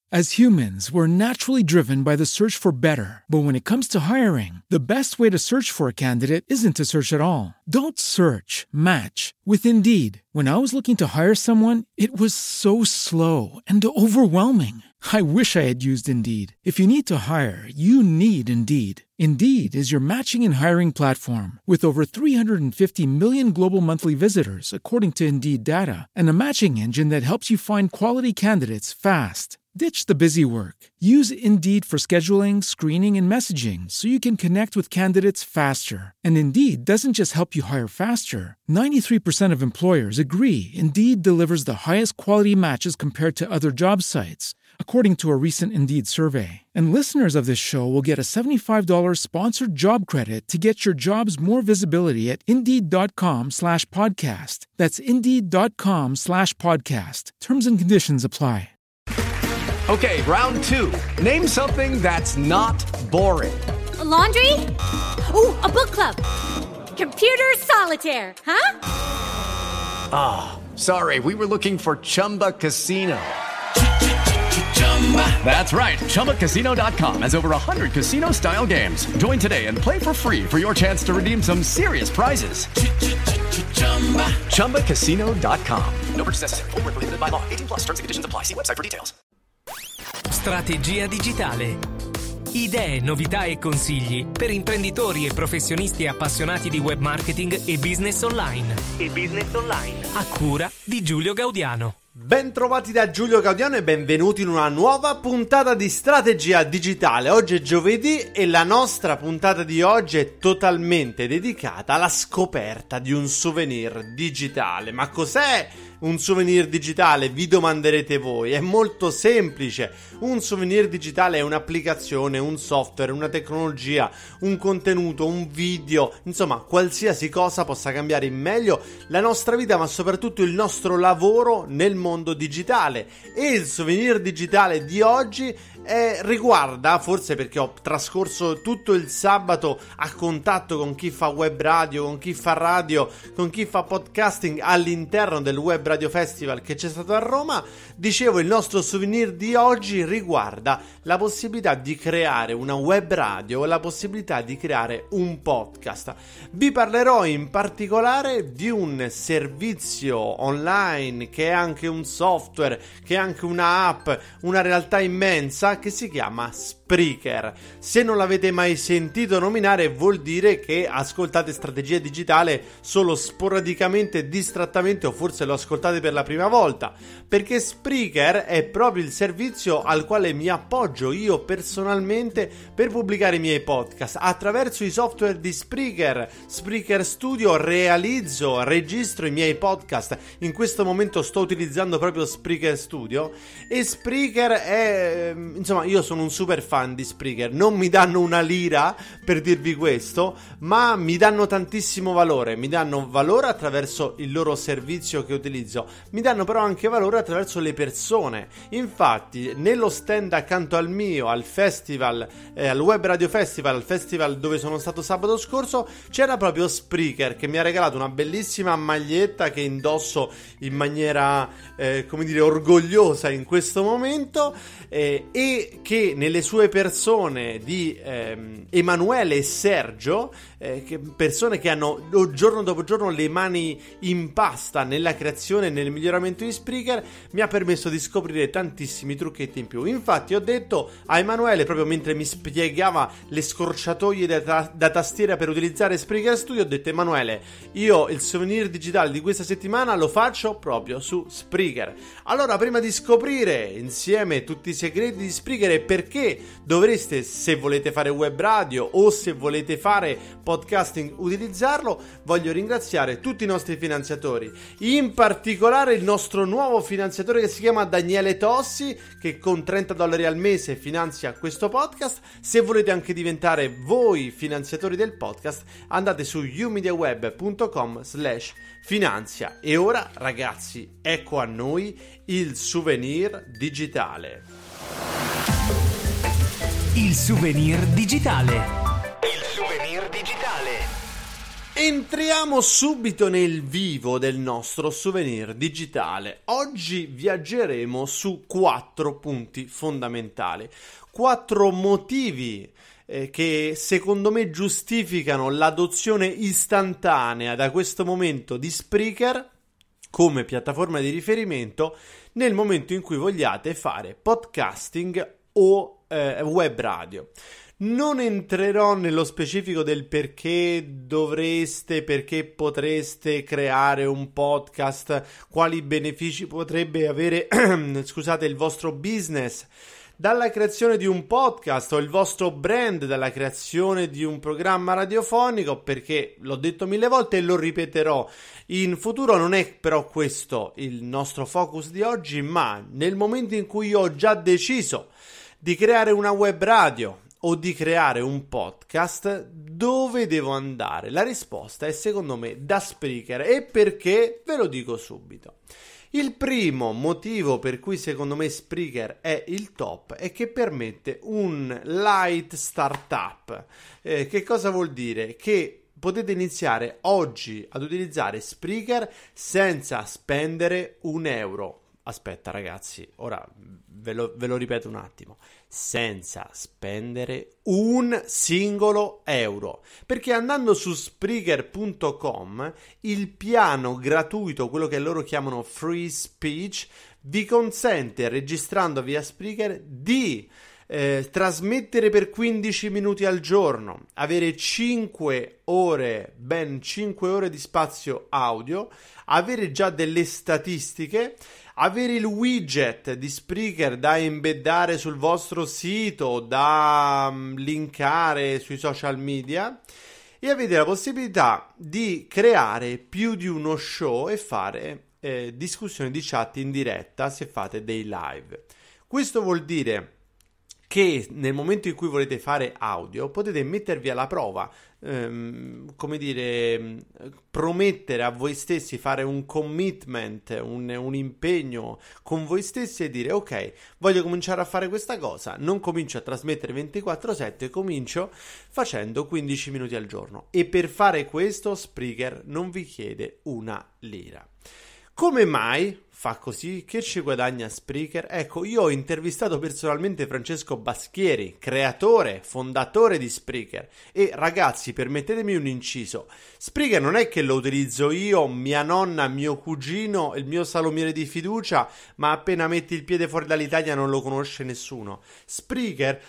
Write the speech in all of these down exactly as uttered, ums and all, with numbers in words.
As humans, we're naturally driven by the search for better. But when it comes to hiring, the best way to search for a candidate isn't to search at all. Don't search, match with Indeed. When I was looking to hire someone, it was so slow and overwhelming. I wish I had used Indeed. If you need to hire, you need Indeed. Indeed is your matching and hiring platform with over three hundred fifty million global monthly visitors, according to Indeed data, and a matching engine that helps you find quality candidates fast. Ditch the busy work. Use Indeed for scheduling, screening, and messaging so you can connect with candidates faster. And Indeed doesn't just help you hire faster. ninety-three percent of employers agree Indeed delivers the highest quality matches compared to other job sites, according to a recent Indeed survey. And listeners of this show will get a seventy-five dollars sponsored job credit to get your jobs more visibility at Indeed.com slash podcast. That's Indeed.com slash podcast. Terms and conditions apply. Okay, round two. Name something that's not boring. A laundry? Ooh, a book club. Computer solitaire, huh? Ah, oh, sorry, we were looking for Chumba Casino. That's right, Chumba Casino dot com has over one hundred casino-style games. Join today and play for free for your chance to redeem some serious prizes. Chumba Casino dot com. No purchase necessary. Void where prohibited by law. eighteen plus terms and conditions apply. See website for details. Strategia digitale. Idee, novità e consigli per imprenditori e professionisti appassionati di web marketing e business online. E business online. A cura di Giulio Gaudiano. Ben trovati da Giulio Gaudiano e benvenuti in una nuova puntata di Strategia Digitale. Oggi è giovedì e la nostra puntata di oggi è totalmente dedicata alla scoperta di un souvenir digitale. Ma cos'è un souvenir digitale? Vi domanderete voi. È molto semplice. Un souvenir digitale è un'applicazione, un software, una tecnologia, un contenuto, un video, insomma qualsiasi cosa possa cambiare in meglio la nostra vita, ma soprattutto il nostro lavoro nel mondo digitale. E il souvenir digitale di oggi eh, riguarda, forse perché ho trascorso tutto il sabato a contatto con chi fa web radio, con chi fa radio, con chi fa podcasting all'interno del Web Radio Festival che c'è stato a Roma. Dicevo, il nostro souvenir di oggi riguarda la possibilità di creare una web radio e la possibilità di creare un podcast. Vi parlerò in particolare di un servizio online che è anche un software, che è anche una app, una realtà immensa che si chiama Spreaker. Se non l'avete mai sentito nominare, vuol dire che ascoltate Strategia Digitale solo sporadicamente, distrattamente, o forse lo ascoltate per la prima volta, perché Spreaker è proprio il servizio al quale mi appoggio io personalmente per pubblicare i miei podcast. Attraverso i software di Spreaker, Spreaker Studio, realizzo, registro i miei podcast. In questo momento sto utilizzando proprio Spreaker Studio e Spreaker è, insomma, io sono un super fan di Spreaker. Non mi danno una lira per dirvi questo, ma mi danno tantissimo valore. Mi danno valore attraverso il loro servizio che utilizzo, mi danno però anche valore attraverso le persone. Infatti nello stand accanto al mio, al festival, eh, al Web Radio Festival, al festival dove sono stato sabato scorso, c'era proprio Spreaker che mi ha regalato una bellissima maglietta che indosso in maniera eh, come dire orgogliosa in questo momento, eh, e che nelle sue persone di ehm, Emanuele e Sergio, eh, che persone che hanno giorno dopo giorno le mani in pasta nella creazione e nel miglioramento di Spreaker, mi ha permesso di scoprire tantissimi trucchetti in più. Infatti ho detto a Emanuele, proprio mentre mi spiegava le scorciatoie da, ta- da tastiera per utilizzare Spreaker Studio, ho detto: Emanuele, io il souvenir digitale di questa settimana lo faccio proprio su Spreaker. Allora, prima di scoprire insieme tutti i segreti di Spreaker e perché dovreste, se volete fare web radio o se volete fare podcasting, utilizzarlo, voglio ringraziare tutti i nostri finanziatori, in particolare il nostro nuovo finanziatore che si chiama Daniele Tossi, che con trenta dollari al mese finanzia questo podcast. Se volete anche diventare voi finanziatori del podcast, andate su umediaweb.com slash finanzia. E ora, ragazzi, ecco a noi il souvenir digitale. Il souvenir digitale. Il souvenir digitale. Entriamo subito nel vivo del nostro souvenir digitale. Oggi viaggeremo su quattro punti fondamentali, quattro motivi eh, che secondo me giustificano l'adozione istantanea da questo momento di Spreaker come piattaforma di riferimento nel momento in cui vogliate fare podcasting o eh, web radio. Non entrerò nello specifico del perché dovreste, perché potreste creare un podcast, quali benefici potrebbe avere, scusate, il vostro business dalla creazione di un podcast o il vostro brand dalla creazione di un programma radiofonico, perché l'ho detto mille volte e lo ripeterò in futuro. Non è però questo il nostro focus di oggi, ma nel momento in cui io ho già deciso di creare una web radio o di creare un podcast, dove devo andare? La risposta è secondo me da Spreaker. E perché? Ve lo dico subito. Il primo motivo per cui secondo me Spreaker è il top è che permette un light startup. Eh, che cosa vuol dire? Che potete iniziare oggi ad utilizzare Spreaker senza spendere un euro. Aspetta ragazzi, ora ve lo, ve lo ripeto un attimo, senza spendere un singolo euro, perché andando su Spreaker punto com il piano gratuito, quello che loro chiamano free speech, vi consente, registrando via Spreaker, di eh, trasmettere per quindici minuti al giorno, avere cinque ore, ben cinque ore di spazio audio, avere già delle statistiche, avere il widget di Spreaker da embeddare sul vostro sito, da um, linkare sui social media, e avete la possibilità di creare più di uno show e fare eh, discussioni di chat in diretta se fate dei live. Questo vuol dire che nel momento in cui volete fare audio potete mettervi alla prova, ehm, come dire, promettere a voi stessi, fare un commitment, un, un impegno con voi stessi e dire ok, voglio cominciare a fare questa cosa, non comincio a trasmettere ventiquattro sette, comincio facendo quindici minuti al giorno, e per fare questo Spreaker non vi chiede una lira. Come mai fa così? Che ci guadagna Spreaker? Ecco, io ho intervistato personalmente Francesco Baschieri, creatore, fondatore di Spreaker, e ragazzi, permettetemi un inciso, Spreaker non è che lo utilizzo io, mia nonna, mio cugino, il mio salumiere di fiducia, ma appena metti il piede fuori dall'Italia non lo conosce nessuno. Spreaker,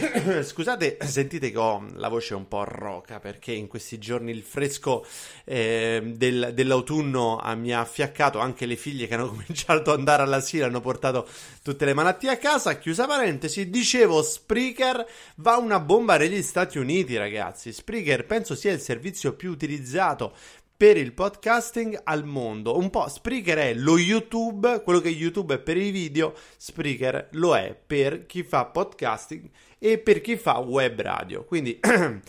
scusate, sentite che ho la voce un po' roca perché in questi giorni il fresco eh, del, dell'autunno ah, mi ha affiaccato. Anche le figlie che hanno cominciato ad andare all'asilo hanno portato tutte le malattie a casa. Chiusa parentesi, dicevo, Spreaker va una bomba negli Stati Uniti, ragazzi. Spreaker penso sia il servizio più utilizzato per il podcasting al mondo. Un po' Spreaker è lo YouTube, quello che YouTube è per i video, Spreaker lo è per chi fa podcasting e per chi fa web radio. Quindi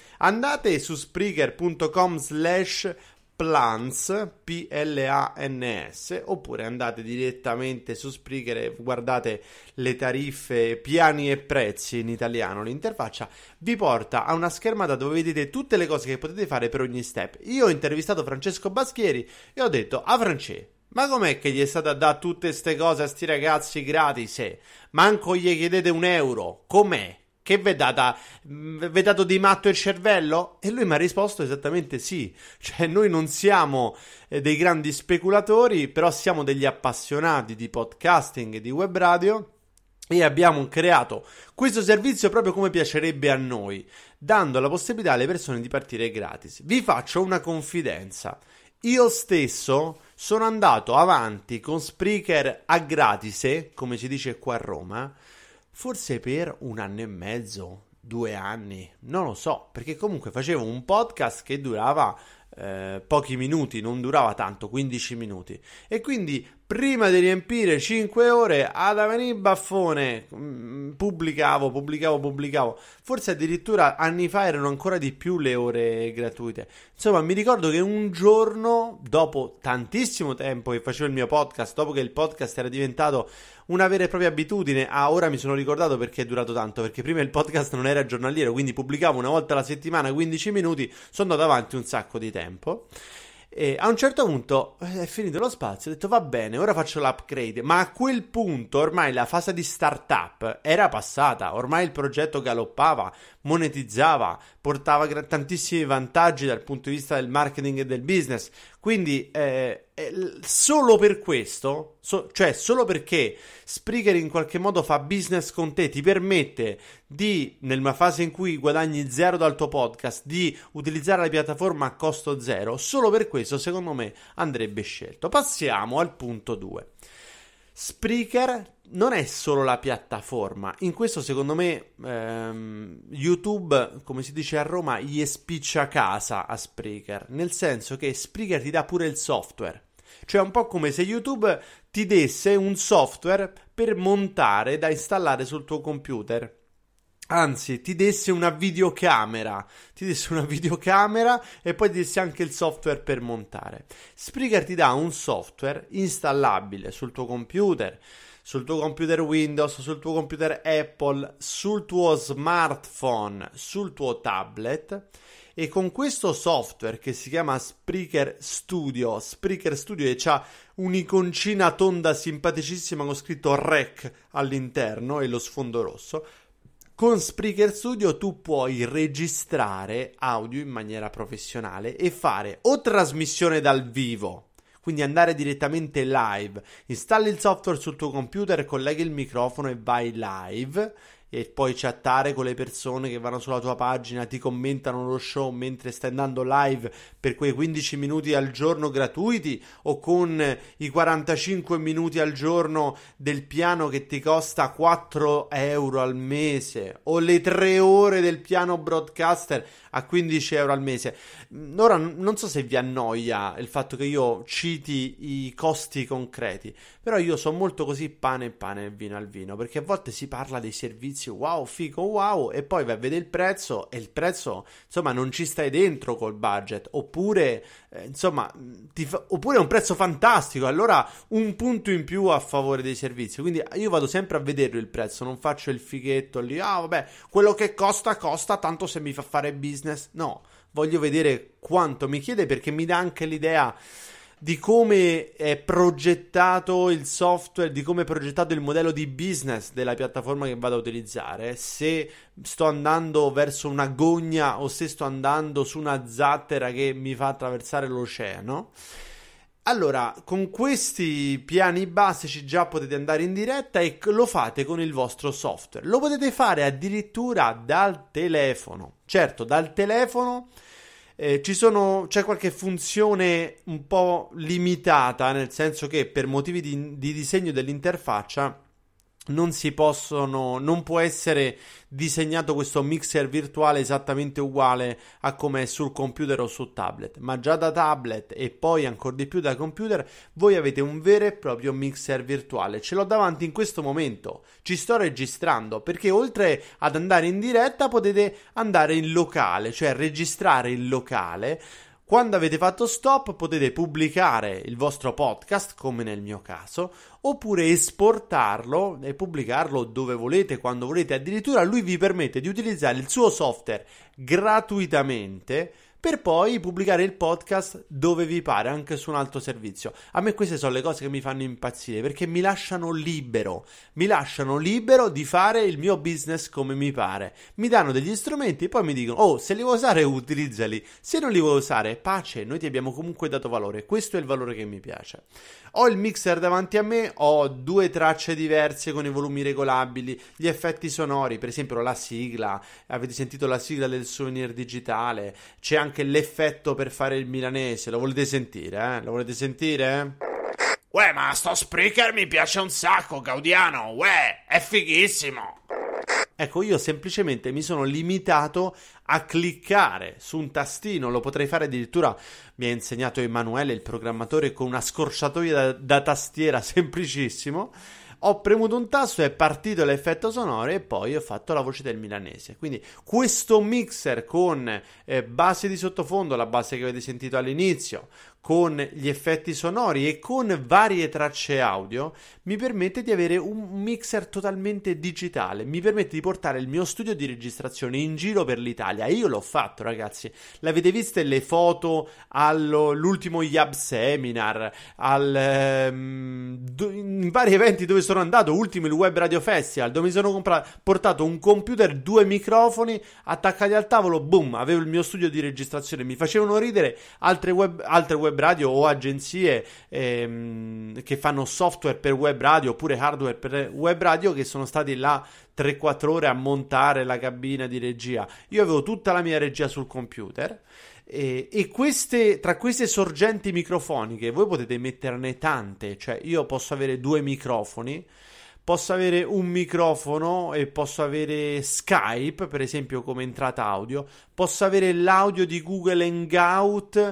andate su Spreaker punto com slash plans, P L A N S, oppure andate direttamente su Spreaker e guardate le tariffe, piani e prezzi in italiano. L'interfaccia vi porta a una schermata dove vedete tutte le cose che potete fare per ogni step. Io ho intervistato Francesco Baschieri e ho detto a Francesco: ma com'è che gli è stata a dare tutte ste cose a sti ragazzi gratis? Eh? Manco gli chiedete un euro, com'è? Che v'è data, v'è dato di matto il cervello? E lui mi ha risposto esattamente sì. Cioè, noi non siamo eh, dei grandi speculatori, però siamo degli appassionati di podcasting e di web radio, e abbiamo creato questo servizio proprio come piacerebbe a noi, dando la possibilità alle persone di partire gratis. Vi faccio una confidenza. Io stesso sono andato avanti con Spreaker a gratis, come si dice qua a Roma, forse per un anno e mezzo, due anni, non lo so, perché comunque facevo un podcast che durava eh, pochi minuti, non durava tanto, quindici minuti, e quindi prima di riempire cinque ore ad avvenire baffone, pubblicavo, pubblicavo, pubblicavo. Forse addirittura anni fa erano ancora di più le ore gratuite. Insomma, mi ricordo che un giorno, dopo tantissimo tempo che facevo il mio podcast, dopo che il podcast era diventato una vera e propria abitudine, ah, ora mi sono ricordato perché è durato tanto, perché prima il podcast non era giornaliero, quindi pubblicavo una volta alla settimana, quindici minuti, sono andato avanti un sacco di tempo. E a un certo punto è finito lo spazio, ho detto va bene, ora faccio l'upgrade, ma a quel punto ormai la fase di startup era passata, ormai il progetto galoppava, monetizzava, portava gra- tantissimi vantaggi dal punto di vista del marketing e del business, quindi eh, eh, solo per questo, so- cioè solo perché Spreaker in qualche modo fa business con te, ti permette di, nella fase in cui guadagni zero dal tuo podcast, di utilizzare la piattaforma a costo zero, solo per questo secondo me andrebbe scelto. Passiamo al punto due. Spreaker non è solo la piattaforma, in questo secondo me ehm, YouTube, come si dice a Roma, gli spiccia casa a Spreaker, nel senso che Spreaker ti dà pure il software, cioè un po' come se YouTube ti desse un software per montare da installare sul tuo computer. Anzi, ti desse una videocamera, ti desse una videocamera e poi ti desse anche il software per montare. Spreaker ti dà un software installabile sul tuo computer, sul tuo computer Windows, sul tuo computer Apple, sul tuo smartphone, sul tuo tablet, e con questo software che si chiama Spreaker Studio, Spreaker Studio, e c'ha un'iconcina tonda simpaticissima con scritto Rec all'interno e lo sfondo rosso. Con Spreaker Studio tu puoi registrare audio in maniera professionale e fare o trasmissione dal vivo, quindi andare direttamente live, installi il software sul tuo computer, colleghi il microfono e vai live, e poi chattare con le persone che vanno sulla tua pagina, ti commentano lo show mentre stai andando live per quei quindici minuti al giorno gratuiti, o con i quarantacinque minuti al giorno del piano che ti costa quattro euro al mese, o le tre ore del piano broadcaster a quindici euro al mese. Ora non so se vi annoia il fatto che io citi i costi concreti, però io sono molto così pane e pane e vino al vino, perché a volte si parla dei servizi wow, figo, wow, e poi vai a vedere il prezzo, e il prezzo insomma non ci stai dentro col budget, oppure eh, insomma ti fa... oppure è un prezzo fantastico, allora un punto in più a favore dei servizi. Quindi io vado sempre a vederlo il prezzo, non faccio il fighetto lì, ah vabbè, quello che costa costa, tanto se mi fa fare business. No, voglio vedere quanto mi chiede, perché mi dà anche l'idea di come è progettato il software, di come è progettato il modello di business della piattaforma che vado a utilizzare, se sto andando verso una gogna o se sto andando su una zattera che mi fa attraversare l'oceano. Allora, con questi piani basici già potete andare in diretta e lo fate con il vostro software. Lo potete fare addirittura dal telefono. Certo, dal telefono eh, ci sono, c'è qualche funzione un po' limitata, nel senso che per motivi di, di disegno dell'interfaccia non si possono, non può essere disegnato questo mixer virtuale esattamente uguale a come è sul computer o sul tablet, ma già da tablet e poi ancora di più da computer voi avete un vero e proprio mixer virtuale. Ce l'ho davanti in questo momento, ci sto registrando, perché oltre ad andare in diretta potete andare in locale, cioè registrare in locale. Quando avete fatto stop potete pubblicare il vostro podcast, come nel mio caso, oppure esportarlo e pubblicarlo dove volete, quando volete. Addirittura lui vi permette di utilizzare il suo software gratuitamente per poi pubblicare il podcast dove vi pare, anche su un altro servizio. A me queste sono le cose che mi fanno impazzire, perché mi lasciano libero, mi lasciano libero di fare il mio business come mi pare. Mi danno degli strumenti e poi mi dicono: oh, se li vuoi usare utilizzali, se non li vuoi usare pace, noi ti abbiamo comunque dato valore. Questo è il valore che mi piace. Ho il mixer davanti a me, ho due tracce diverse con i volumi regolabili, gli effetti sonori, per esempio la sigla, avete sentito la sigla del Souvenir digitale, c'è anche l'effetto per fare il milanese. Lo volete sentire, eh? Lo volete sentire? Uè, ma sto Spreaker mi piace un sacco, Gaudiano, uè, è fighissimo. Ecco, io semplicemente mi sono limitato a cliccare su un tastino, lo potrei fare addirittura, mi ha insegnato Emanuele, il programmatore, con una scorciatoia da, da tastiera semplicissimo. Ho premuto un tasto, è partito l'effetto sonoro e poi ho fatto la voce del milanese. Quindi questo mixer con eh, base di sottofondo, la base che avete sentito all'inizio, con gli effetti sonori e con varie tracce audio, mi permette di avere un mixer totalmente digitale, mi permette di portare il mio studio di registrazione in giro per l'Italia. E io l'ho fatto, ragazzi, l'avete viste le foto all'ultimo Yab Seminar, al, ehm, in vari eventi dove sono andato, ultimo il Web Radio Festival, dove mi sono comprato, portato un computer, due microfoni attaccati al tavolo, boom, avevo il mio studio di registrazione. Mi facevano ridere altre web, altre web radio o agenzie ehm, che fanno software per web radio oppure hardware per web radio, che sono stati là tre quattro ore a montare la cabina di regia. Io avevo tutta la mia regia sul computer e, e queste, tra queste sorgenti microfoniche voi potete metterne tante, cioè io posso avere due microfoni, posso avere un microfono e posso avere Skype, per esempio, come entrata audio. Posso avere l'audio di Google Hangout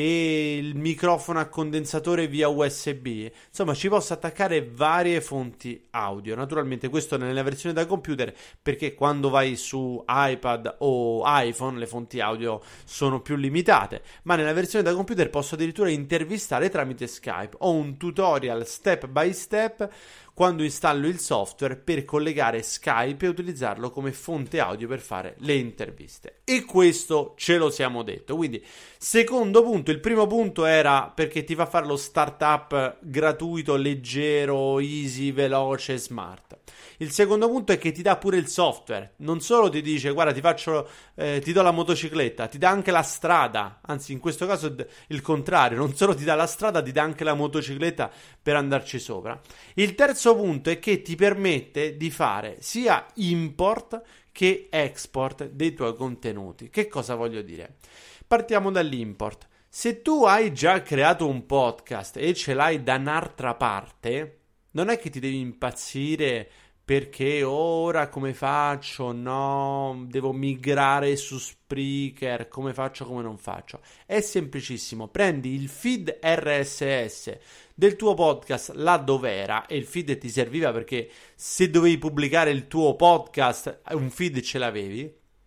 e il microfono a condensatore via U S B. Insomma, ci posso attaccare varie fonti audio. Naturalmente questo nella versione da computer, perché quando vai su iPad o iPhone le fonti audio sono più limitate. Ma nella versione da computer posso addirittura intervistare tramite Skype. Ho un tutorial step by step quando installo il software per collegare Skype e utilizzarlo come fonte audio per fare le interviste. E questo ce lo siamo detto. Quindi, secondo punto, il primo punto era perché ti fa fare lo startup gratuito, leggero, easy, veloce, smart. Il secondo punto è che ti dà pure il software. Non solo ti dice, guarda, ti faccio, eh, ti do la motocicletta, ti dà anche la strada. Anzi, in questo caso è il contrario. Non solo ti dà la strada, ti dà anche la motocicletta per andarci sopra. Il terzo punto è che ti permette di fare sia import che export dei tuoi contenuti. Che cosa voglio dire? Partiamo dall'import. Se tu hai già creato un podcast e ce l'hai da un'altra parte, non è che ti devi impazzire perché ora come faccio? No, devo migrare su Spreaker, come faccio, come non faccio? È semplicissimo, prendi il feed R S S del tuo podcast là dov'era, e il feed ti serviva perché se dovevi pubblicare il tuo podcast un feed ce l'avevi,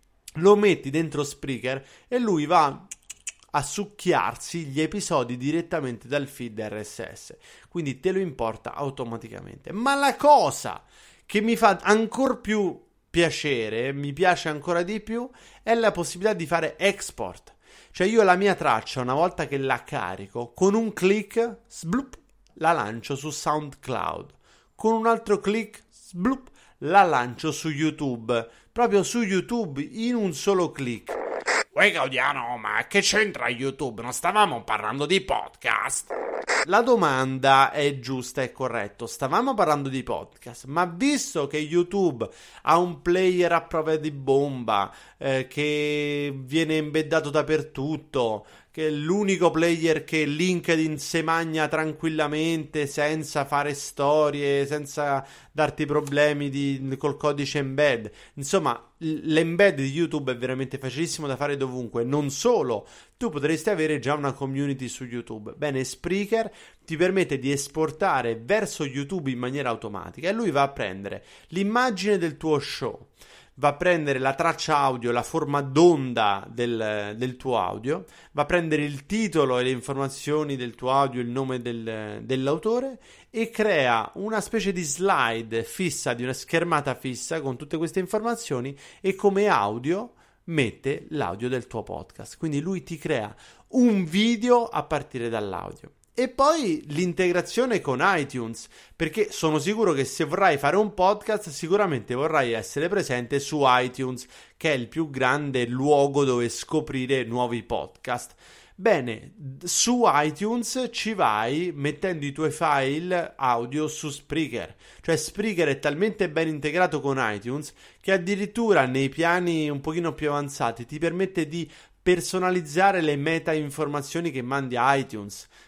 lo metti dentro Spreaker e lui va a succhiarsi gli episodi direttamente dal feed R S S, quindi te lo importa automaticamente. Ma la cosa che mi fa ancora più piacere, mi piace ancora di più, è la possibilità di fare export. Cioè io la mia traccia, una volta che la carico, con un click, sblup, la lancio su SoundCloud. Con un altro click, sblup, la lancio su YouTube. Proprio su YouTube, in un solo click. Uè Gaudiano, ma che c'entra YouTube? Non stavamo parlando di podcast? La domanda è giusta e corretta. Stavamo parlando di podcast, ma visto che YouTube ha un player a prova di bomba, eh, che viene embeddato dappertutto, che è l'unico player che LinkedIn se magna tranquillamente senza fare storie, senza darti problemi di, col codice embed. Insomma, l'embed di YouTube è veramente facilissimo da fare dovunque. Non solo, tu potresti avere già una community su YouTube. Bene, Spreaker ti permette di esportare verso YouTube in maniera automatica e lui va a prendere l'immagine del tuo show, va a prendere la traccia audio, la forma d'onda del, del tuo audio, va a prendere il titolo e le informazioni del tuo audio, il nome del, dell'autore, e crea una specie di slide fissa, di una schermata fissa con tutte queste informazioni, e come audio mette l'audio del tuo podcast. Quindi lui ti crea un video a partire dall'audio. E poi l'integrazione con iTunes, perché sono sicuro che se vorrai fare un podcast sicuramente vorrai essere presente su iTunes, che è il più grande luogo dove scoprire nuovi podcast. Bene, su iTunes ci vai mettendo i tuoi file audio su Spreaker. Cioè Spreaker è talmente ben integrato con iTunes che addirittura nei piani un pochino più avanzati ti permette di personalizzare le meta informazioni che mandi a iTunes.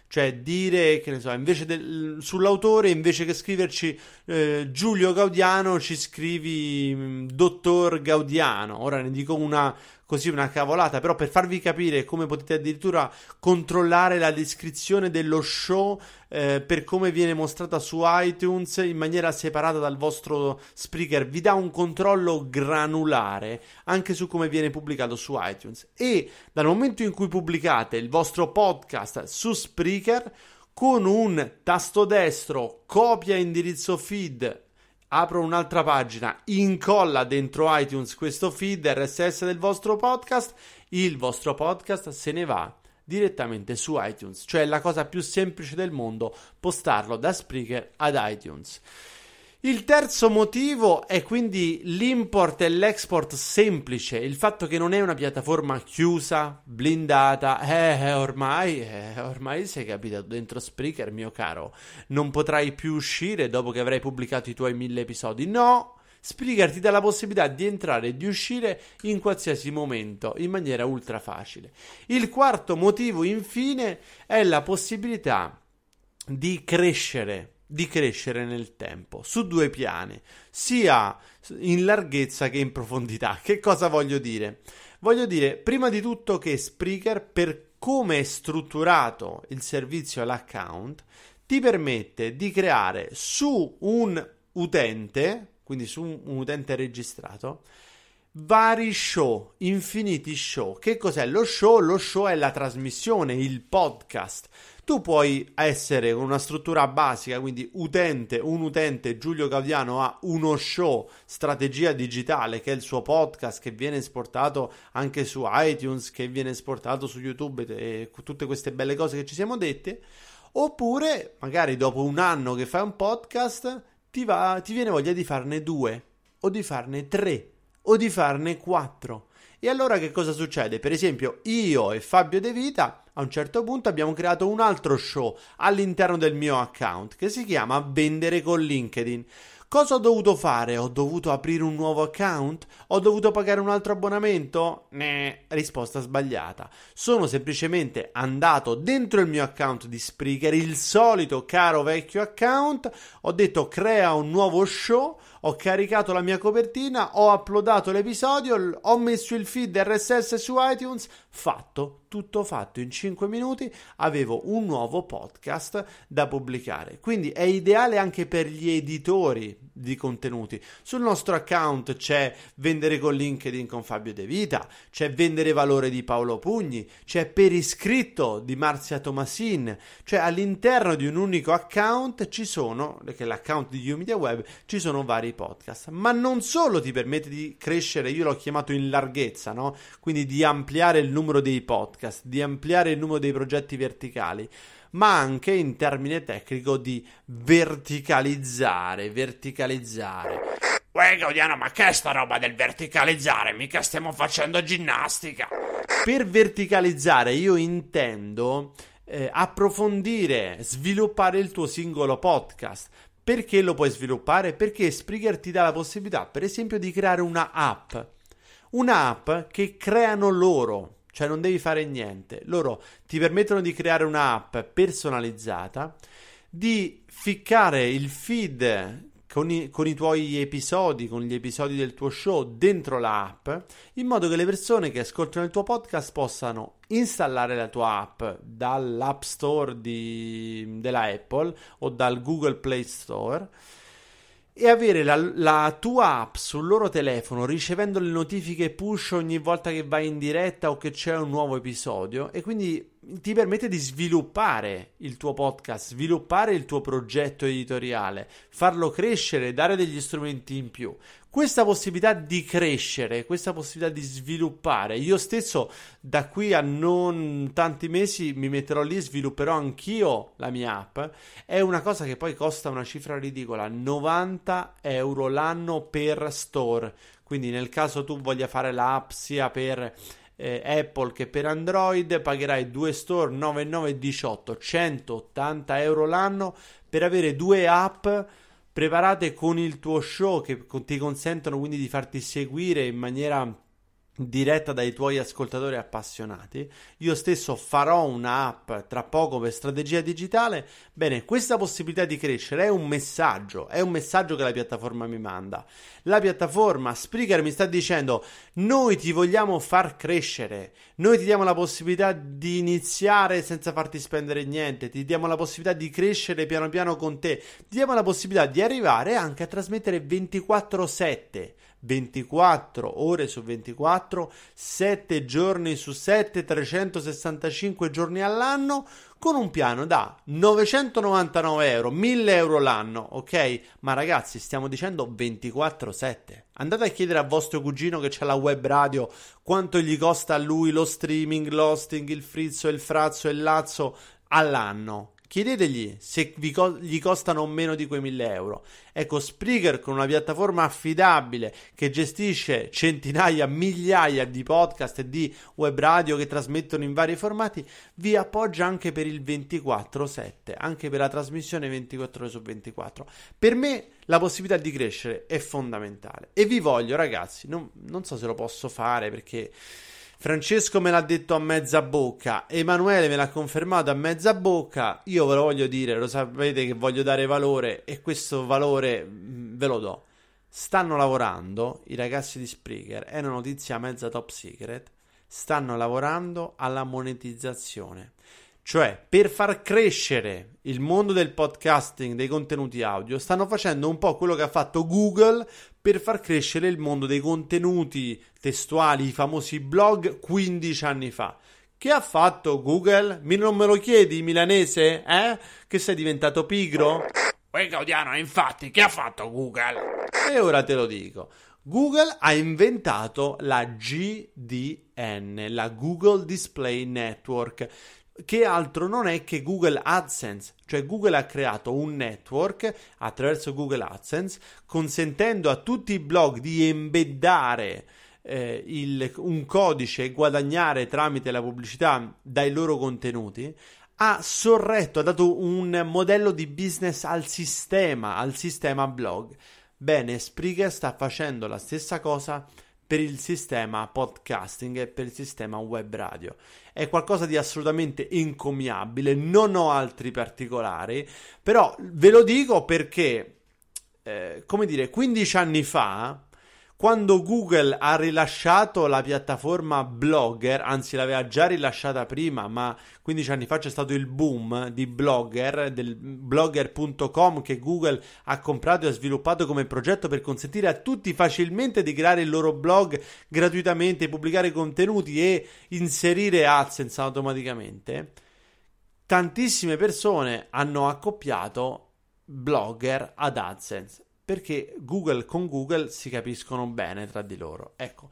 Cioè dire, che ne so, invece del, sull'autore, invece che scriverci eh, Giulio Gaudiano, ci scrivi mh, dottor Gaudiano. Ora ne dico una così, una cavolata, però per farvi capire come potete addirittura controllare la descrizione dello show eh, per come viene mostrata su iTunes in maniera separata dal vostro Spreaker, vi dà un controllo granulare anche su come viene pubblicato su iTunes. E dal momento in cui pubblicate il vostro podcast su Spreaker, con un tasto destro copia indirizzo feed, apro un'altra pagina, incolla dentro iTunes questo feed R S S del vostro podcast, il vostro podcast se ne va direttamente su iTunes. Cioè la cosa più semplice del mondo, postarlo da Spreaker ad iTunes. Il terzo motivo è quindi l'import e l'export semplice, il fatto che non è una piattaforma chiusa, blindata. Eh, ormai, eh, ormai sei capitato dentro Spreaker, mio caro, non potrai più uscire dopo che avrai pubblicato i tuoi mille episodi. No, Spreaker ti dà la possibilità di entrare e di uscire in qualsiasi momento, in maniera ultra facile. Il quarto motivo, infine, è la possibilità di crescere. di crescere nel tempo, su due piani, sia in larghezza che in profondità. Che cosa voglio dire? Voglio dire, prima di tutto, che Spreaker, per come è strutturato il servizio all'account, ti permette di creare su un utente, quindi su un utente registrato, vari show, infiniti show. Che cos'è lo show? Lo show è la trasmissione, il podcast. Tu puoi essere con una struttura basica, quindi utente, un utente, Giulio Gaudiano ha uno show, Strategia Digitale, che è il suo podcast, che viene esportato anche su iTunes, che viene esportato su YouTube, e tutte queste belle cose che ci siamo dette. Oppure, magari dopo un anno che fai un podcast, ti, va, ti viene voglia di farne due, o di farne tre, o di farne quattro. E allora che cosa succede? Per esempio, io e Fabio De Vita a un certo punto abbiamo creato un altro show all'interno del mio account che si chiama Vendere con LinkedIn. Cosa ho dovuto fare? Ho dovuto aprire un nuovo account? Ho dovuto pagare un altro abbonamento? Ne, risposta sbagliata. Sono semplicemente andato dentro il mio account di Spreaker, il solito caro vecchio account, ho detto crea un nuovo show, ho caricato la mia copertina, ho uploadato l'episodio, ho messo il feed R S S su iTunes, fatto, tutto fatto. In cinque minuti avevo un nuovo podcast da pubblicare. Quindi è ideale anche per gli editori di contenuti. Sul nostro account c'è Vendere con LinkedIn con Fabio De Vita, c'è Vendere Valore di Paolo Pugni, c'è Per Iscritto di Marzia Tomasin. Cioè all'interno di un unico account ci sono, che è l'account di YouMedia Web, ci sono vari podcast. Ma non solo ti permette di crescere, io l'ho chiamato in larghezza, no? Quindi di ampliare il numero dei podcast, di ampliare il numero dei progetti verticali, ma anche in termine tecnico di verticalizzare, verticalizzare. Uè Gaudiano, ma che è sta roba del verticalizzare? Mica stiamo facendo ginnastica. Per verticalizzare io intendo eh, approfondire, sviluppare il tuo singolo podcast. Perché lo puoi sviluppare? Perché Spreaker ti dà la possibilità, per esempio, di creare una app. Una app che creano loro. Cioè non devi fare niente, loro ti permettono di creare un'app personalizzata, di ficcare il feed con i, con i tuoi episodi, con gli episodi del tuo show dentro l'app, in modo che le persone che ascoltano il tuo podcast possano installare la tua app dall'App Store di, della Apple o dal Google Play Store e avere la, la tua app sul loro telefono, ricevendo le notifiche push ogni volta che vai in diretta o che c'è un nuovo episodio, e quindi ti permette di sviluppare il tuo podcast, sviluppare il tuo progetto editoriale, farlo crescere, dare degli strumenti in più. Questa possibilità di crescere, questa possibilità di sviluppare, io stesso da qui a non tanti mesi mi metterò lì, svilupperò anch'io la mia app, è una cosa che poi costa una cifra ridicola, novanta euro l'anno per store. Quindi nel caso tu voglia fare l'app sia per eh, Apple che per Android, pagherai due store, nove e nove diciotto, centottanta euro l'anno per avere due app preparate con il tuo show, che ti consentono quindi di farti seguire in maniera diretta dai tuoi ascoltatori appassionati. Io stesso farò un'app tra poco per Strategia Digitale. Bene, questa possibilità di crescere è un messaggio, è un messaggio che la piattaforma mi manda. La piattaforma Spreaker mi sta dicendo: noi ti vogliamo far crescere, noi ti diamo la possibilità di iniziare senza farti spendere niente, ti diamo la possibilità di crescere piano piano con te, ti diamo la possibilità di arrivare anche a trasmettere ventiquattro sette, ventiquattro ore su ventiquattro, sette giorni su sette, trecentosessantacinque giorni all'anno, con un piano da novecentonovantanove euro, mille euro l'anno, ok? Ma ragazzi, stiamo dicendo ventiquattro sette. Andate a chiedere a vostro cugino che c'ha la web radio quanto gli costa a lui lo streaming, l'hosting, il frizzo, il frazzo e il lazzo all'anno. Chiedetegli se vi co- gli costano meno di quei mille euro. Ecco, Spreaker, con una piattaforma affidabile che gestisce centinaia, migliaia di podcast e di web radio che trasmettono in vari formati, vi appoggia anche per il ventiquattro sette, anche per la trasmissione ventiquattro ore su ventiquattro. Per me la possibilità di crescere è fondamentale e vi voglio, ragazzi, non, non so se lo posso fare perché Francesco me l'ha detto a mezza bocca, Emanuele me l'ha confermato a mezza bocca, io ve lo voglio dire, lo sapete che voglio dare valore e questo valore mh, ve lo do. Stanno lavorando, i ragazzi di Spreaker, è una notizia mezza top secret, stanno lavorando alla monetizzazione. Cioè, per far crescere il mondo del podcasting, dei contenuti audio, stanno facendo un po' quello che ha fatto Google per far crescere il mondo dei contenuti testuali, i famosi blog quindici anni fa. Che ha fatto Google? Mi non me lo chiedi, milanese? Eh? Che sei diventato pigro? Uè, Gaudiano, infatti, che ha fatto Google? E ora te lo dico. Google ha inventato la G D N, la Google Display Network, che altro non è che Google AdSense. Cioè Google ha creato un network attraverso Google AdSense, consentendo a tutti i blog di embeddare eh, il, un codice e guadagnare tramite la pubblicità dai loro contenuti. Ha sorretto, ha dato un modello di business al sistema, al sistema blog. Bene, Spreaker sta facendo la stessa cosa per il sistema podcasting e per il sistema web radio. È qualcosa di assolutamente encomiabile, non ho altri particolari, però ve lo dico perché, eh, come dire, quindici anni fa, quando Google ha rilasciato la piattaforma Blogger, anzi l'aveva già rilasciata prima, ma quindici anni fa c'è stato il boom di Blogger, del blogger punto com, che Google ha comprato e ha sviluppato come progetto per consentire a tutti facilmente di creare il loro blog gratuitamente, pubblicare contenuti e inserire AdSense automaticamente. Tantissime persone hanno accoppiato Blogger ad AdSense, perché Google con Google si capiscono bene tra di loro. Ecco,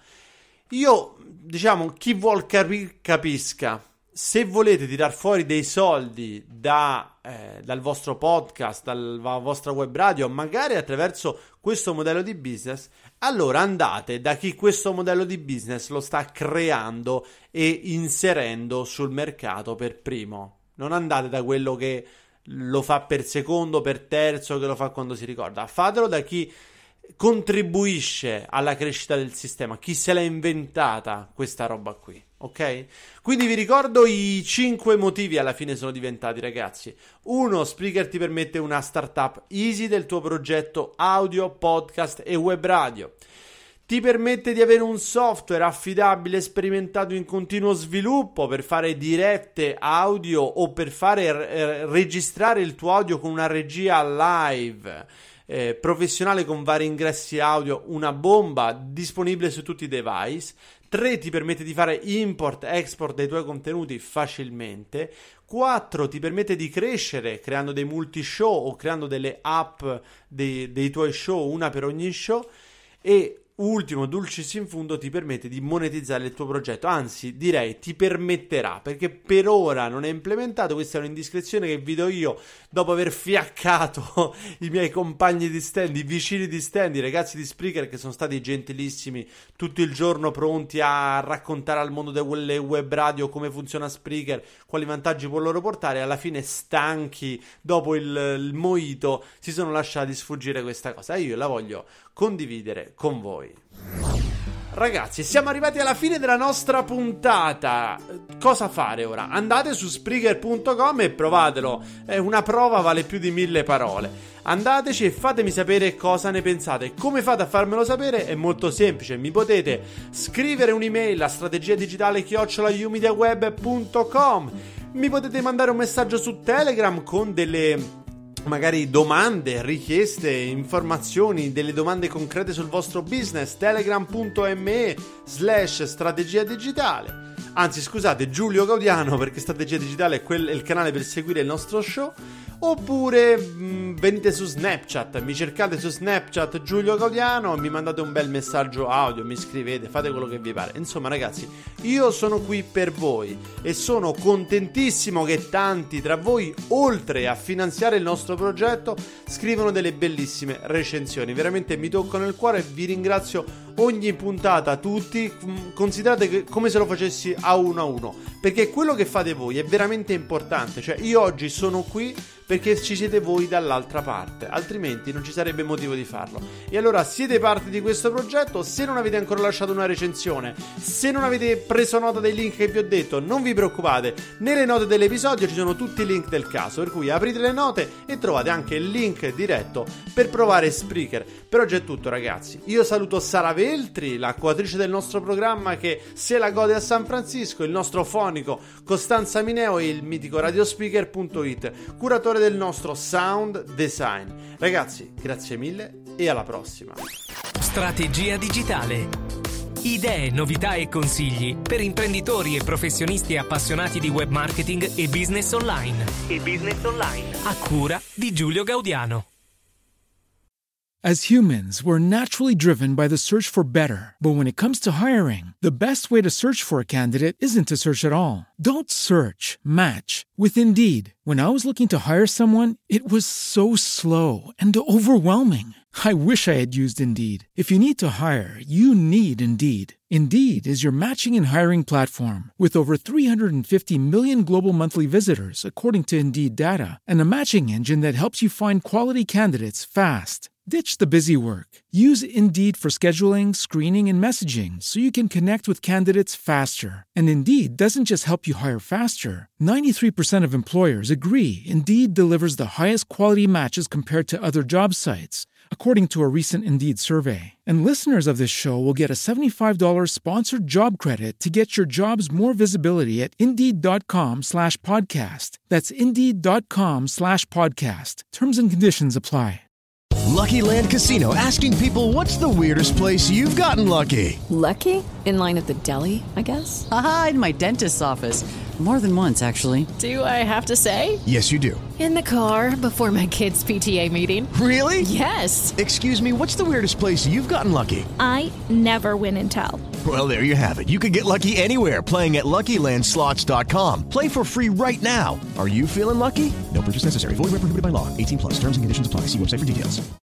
io, diciamo, chi vuol capi- capisca, se volete tirar fuori dei soldi da, eh, dal vostro podcast, dalla vostra web radio, magari attraverso questo modello di business, allora andate da chi questo modello di business lo sta creando e inserendo sul mercato per primo. Non andate da quello che lo fa per secondo, per terzo, che lo fa quando si ricorda. Fatelo da chi contribuisce alla crescita del sistema, chi se l'ha inventata questa roba qui, ok? Quindi vi ricordo i cinque motivi alla fine sono diventati, ragazzi. Uno, Spreaker ti permette una startup easy del tuo progetto audio, podcast e web radio. Ti permette di avere un software affidabile, sperimentato in continuo sviluppo per fare dirette audio o per fare eh, registrare il tuo audio con una regia live eh, professionale con vari ingressi audio, una bomba, disponibile su tutti i device. Tre, ti permette di fare import, export dei tuoi contenuti facilmente. Quattro, ti permette di crescere creando dei multi-show o creando delle app dei, dei tuoi show, una per ogni show. E ultimo, dulcis in fundo, ti permette di monetizzare il tuo progetto, anzi direi ti permetterà, perché per ora non è implementato. Questa è un'indiscrezione che vi do io dopo aver fiaccato i miei compagni di stand, i vicini di stand, i ragazzi di Spreaker, che sono stati gentilissimi, tutto il giorno pronti a raccontare al mondo delle web radio come funziona Spreaker, quali vantaggi può loro portare. Alla fine, stanchi dopo il, il mojito, si sono lasciati sfuggire questa cosa e io la voglio condividere con voi. Ragazzi, siamo arrivati alla fine della nostra puntata. Cosa fare ora? Andate su Spreaker punto com e provatelo. Eh, una prova vale più di mille parole. Andateci e fatemi sapere cosa ne pensate. Come fate a farmelo sapere? È molto semplice. Mi potete scrivere un'email a strategia digitale chiocciola umediaweb punto com. Mi potete mandare un messaggio su Telegram con delle magari domande, richieste, informazioni, delle domande concrete sul vostro business. Telegram punto me slash strategia digitale. Anzi, scusate, Giulio Gaudiano, perché Strategia Digitale è, quel, è il canale per seguire il nostro show. Oppure mh, venite su Snapchat, mi cercate su Snapchat Giulio Gaudiano, mi mandate un bel messaggio audio, mi scrivete, fate quello che vi pare. Insomma, ragazzi, io sono qui per voi e sono contentissimo che tanti tra voi, oltre a finanziare il nostro progetto, scrivono delle bellissime recensioni. Veramente mi toccano il cuore e vi ringrazio ogni puntata, tutti. Considerate che come se lo facessi a uno a uno, perché quello che fate voi è veramente importante. Cioè, io oggi sono qui perché ci siete voi dall'altra parte, altrimenti non ci sarebbe motivo di farlo. E allora siete parte di questo progetto. Se non avete ancora lasciato una recensione, se non avete preso nota dei link che vi ho detto, non vi preoccupate, nelle note dell'episodio ci sono tutti i link del caso, per cui aprite le note e trovate anche il link diretto per provare Spreaker. Per oggi è tutto, ragazzi. Io saluto Sara Veltri, la coautrice del nostro programma che se la gode a San Francisco, il nostro fonico Costanza Mineo e il mitico radiospeaker punto it, curatore del nostro sound design. Ragazzi, grazie mille e alla prossima. Strategia digitale. Idee, novità e consigli per imprenditori e professionisti appassionati di web marketing e business online. E business online. A cura di Giulio Gaudiano. As humans, we're naturally driven by the search for better. But when it comes to hiring, the best way to search for a candidate isn't to search at all. Don't search, match with Indeed. When I was looking to hire someone, it was so slow and overwhelming. I wish I had used Indeed. If you need to hire, you need Indeed. Indeed is your matching and hiring platform with over three hundred fifty million global monthly visitors, according to Indeed data, and a matching engine that helps you find quality candidates fast. Ditch the busy work. Use Indeed for scheduling, screening, and messaging so you can connect with candidates faster. And Indeed doesn't just help you hire faster. ninety-three percent of employers agree Indeed delivers the highest quality matches compared to other job sites, according to a recent Indeed survey. And listeners of this show will get a seventy-five dollars sponsored job credit to get your jobs more visibility at Indeed.com slash podcast. That's Indeed.com slash podcast. Terms and conditions apply. Lucky Land Casino, asking people, what's the weirdest place you've gotten lucky? Lucky? In line at the deli, I guess? Aha, in my dentist's office. More than once, actually. Do I have to say? Yes, you do. In the car before my kids' P T A meeting. Really? Yes. Excuse me, what's the weirdest place you've gotten lucky? I never win and tell. Well, there you have it. You can get lucky anywhere, playing at Lucky Land Slots dot com. Play for free right now. Are you feeling lucky? No purchase necessary. Void where prohibited by law. eighteen plus. Terms and conditions apply. See website for details.